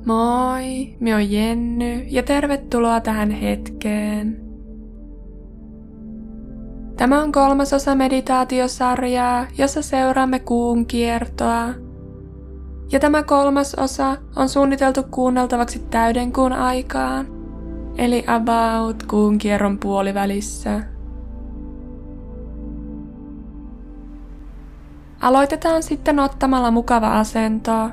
Moi, minä oon Jenny ja tervetuloa tähän hetkeen. Tämä on 3. osa meditaatiosarjaa, jossa seuraamme kuun kiertoa. Ja tämä 3. osa on suunniteltu kuunneltavaksi täyden kuun aikaan, eli about kuun kierron puolivälissä. Aloitetaan sitten ottamalla mukava asento.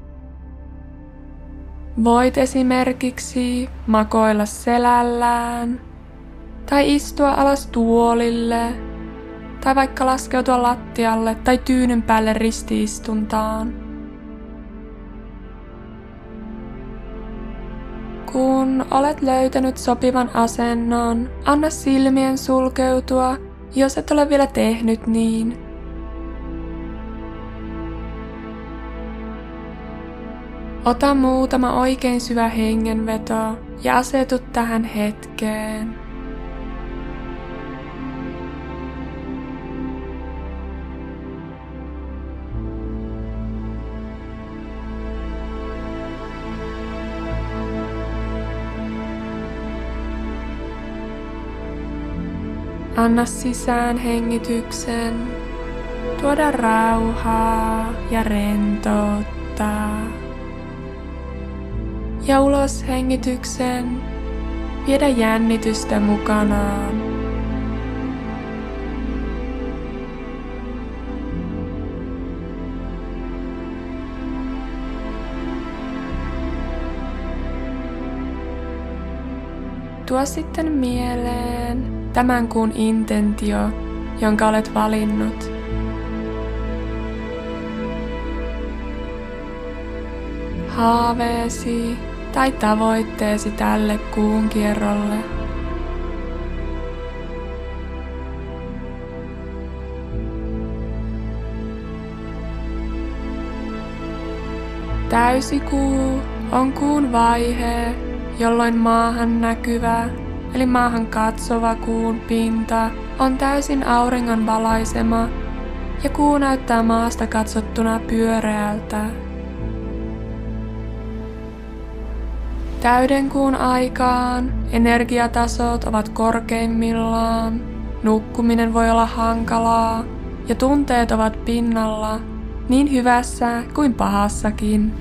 Voit esimerkiksi makoilla selällään, tai istua alas tuolille, tai vaikka laskeutua lattialle tai tyynyn päälle ristiistuntaan. Kun olet löytänyt sopivan asennon, anna silmien sulkeutua, jos et ole vielä tehnyt niin. Ota muutama oikein syvä hengenveto ja asetu tähän hetkeen. Anna sisään hengityksen, tuoda rauhaa ja rentoutta. Ja ulos hengityksen, viedä jännitystä mukanaan. Tuo sitten mieleen tämän kuun intentio, jonka olet valinnut. Haaveesi tai tavoitteesi tälle kuun kierrolle. Täysikuu on kuun vaihe, jolloin maahan näkyvä, eli maahan katsova kuun pinta on täysin auringon valaisema ja kuu näyttää maasta katsottuna pyöreältä. Täyden kuun aikaan energiatasot ovat korkeimmillaan, nukkuminen voi olla hankalaa ja tunteet ovat pinnalla niin hyvässä kuin pahassakin.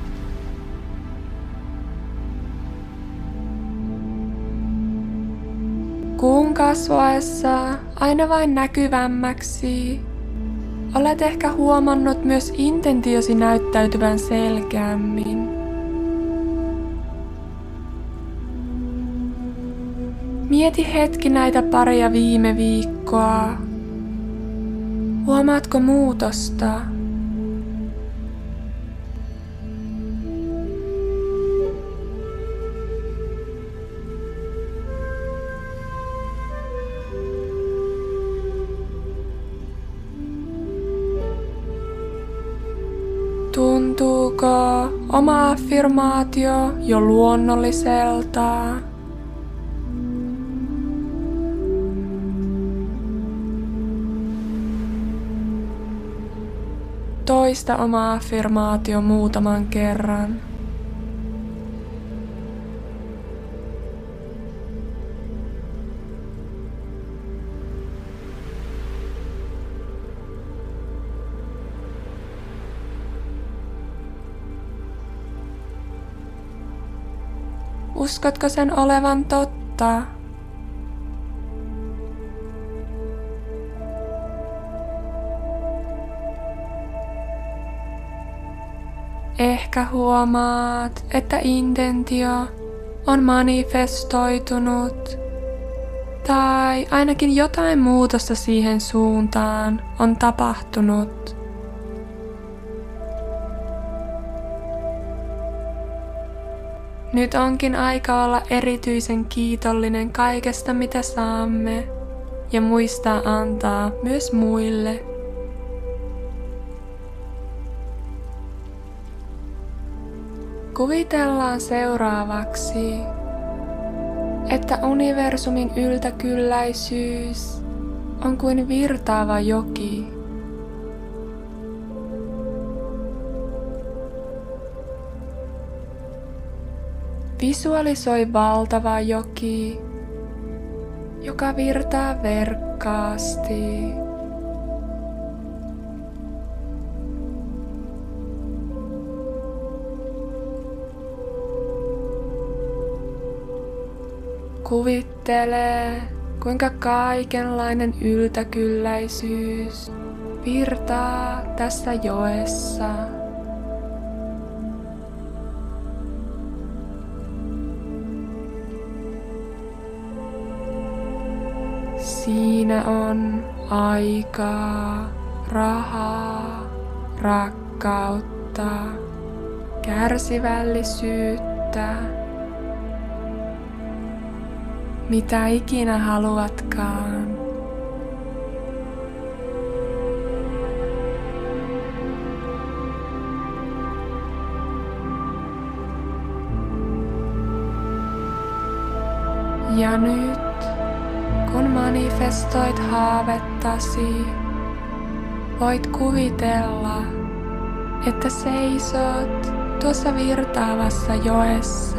Kuun kasvaessa aina vain näkyvämmäksi olet ehkä huomannut myös intentiosi näyttäytyvän selkeämmin. Mieti hetki näitä paria viime viikkoa. Huomaatko muutosta? Tuntuuko oma affirmaatio jo luonnolliselta? Toista oma affirmaatio muutaman kerran. Uskotko sen olevan totta? Ehkä huomaat, että intentio on manifestoitunut, tai ainakin jotain muutosta siihen suuntaan on tapahtunut. Nyt onkin aika olla erityisen kiitollinen kaikesta, mitä saamme, ja muistaa antaa myös muille. Kuvitellaan seuraavaksi, että universumin yltäkylläisyys on kuin virtaava joki. Visualisoi valtava joki, joka virtaa verkkaasti. Kuvittele, kuinka kaikenlainen yltäkylläisyys virtaa tässä joessa. Siinä on aikaa, rahaa, rakkautta, kärsivällisyyttä, mitä ikinä haluatkaan. Ja nyt, kun manifestoit haavettasi, voit kuvitella, että seisot tuossa virtaavassa joessa.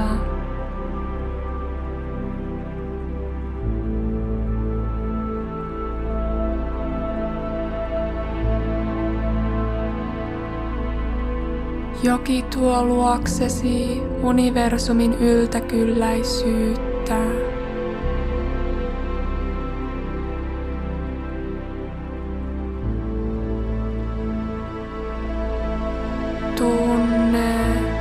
Joki tuo luoksesi universumin yltäkylläisyyttä. Tunne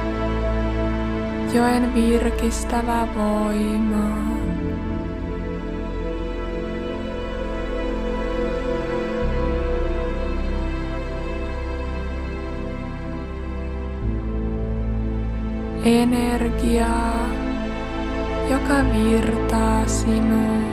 joen virkistävä voima. Energiaa, joka virtaa sinuun.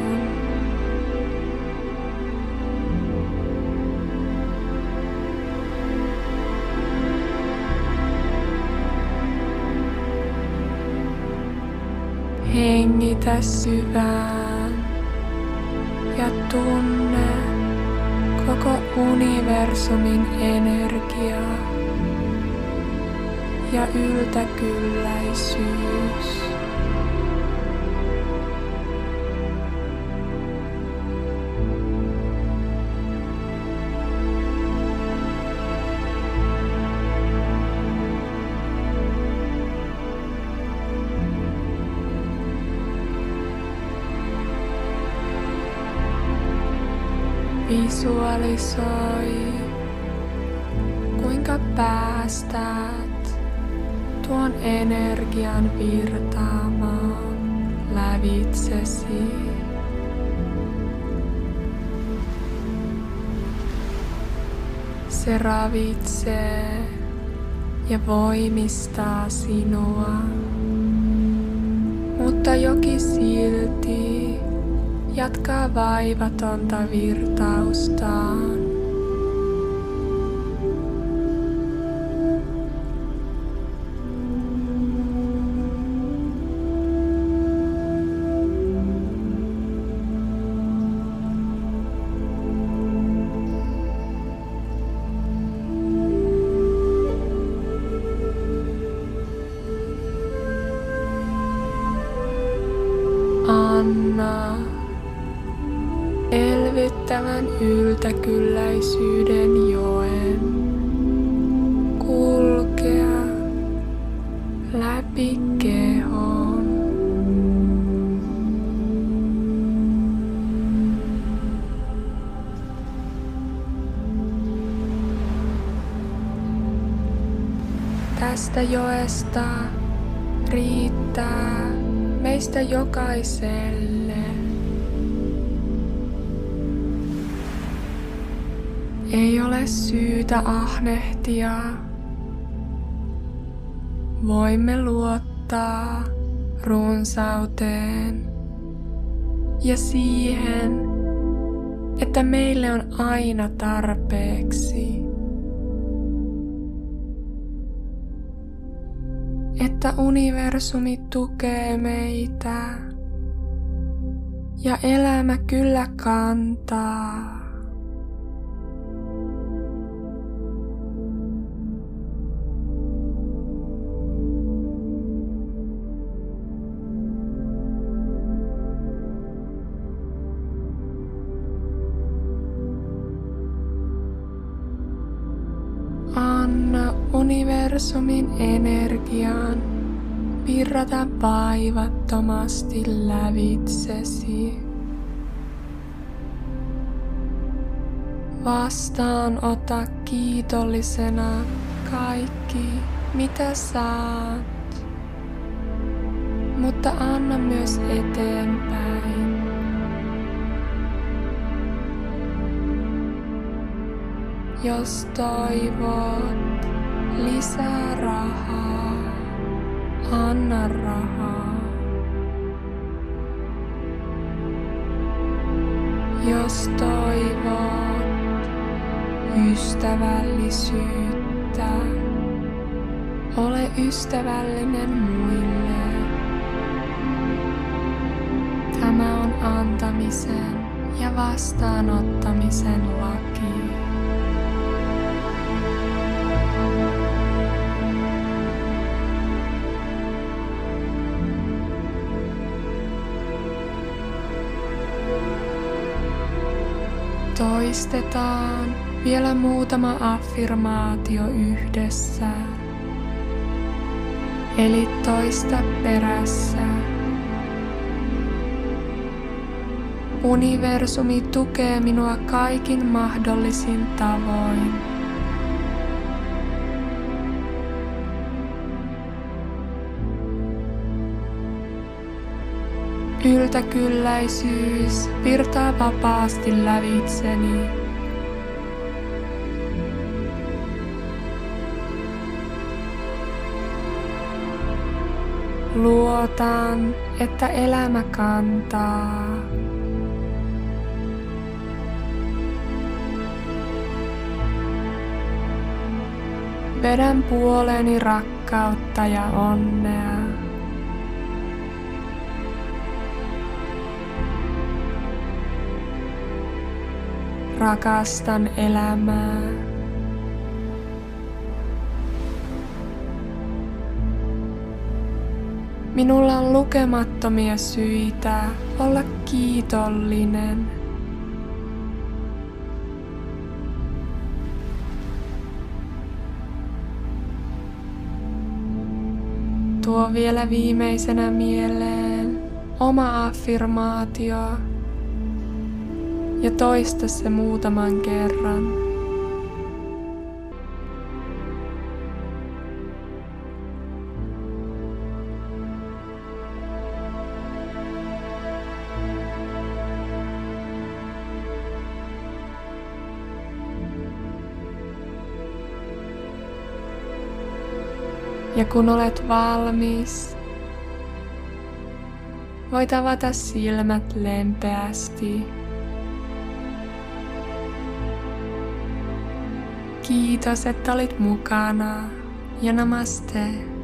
Hengitä syvään ja tunne koko universumin energiaa ja yltäkylläisyys. Visualisoi, kuinka päästät tuon energian virtaamaan lävitsesi. Se ravitsee ja voimistaa sinua, mutta joki silti jatkaa vaivatonta virtaustaan. Anna elvyttävän yltäkylläisyyden joen kulkea läpi kehon. Tästä joesta riittää meistä jokaiselle. Ei ole syytä ahnehtia. Voimme luottaa runsauteen ja siihen, että meille on aina tarpeeksi. Että universumi tukee meitä ja elämä kyllä kantaa. Anna universumin energian virrata vaivattomasti lävitsesi. Vastaanota kiitollisena kaikki, mitä saat, mutta anna myös eteenpäin. Jos toivot lisää rahaa, anna rahaa. Jos toivot ystävällisyyttä, ole ystävällinen muille. Tämä on antamisen ja vastaanottamisen laki. Toistetaan vielä muutama affirmaatio yhdessä. Eli toista perässä. Universumi tukee minua kaikin mahdollisin tavoin. Yltäkylläisyys virtaa vapaasti lävitseni. Luotan, että elämä kantaa. Vedän puoleeni rakkautta ja onnea. Rakastan elämää. Minulla on lukemattomia syitä olla kiitollinen. Tuo vielä viimeisenä mieleen oma affirmaatio ja toista se muutaman kerran. Ja kun olet valmis, voit avata silmät lempeästi. Kiitos, että olit mukana ja namaste.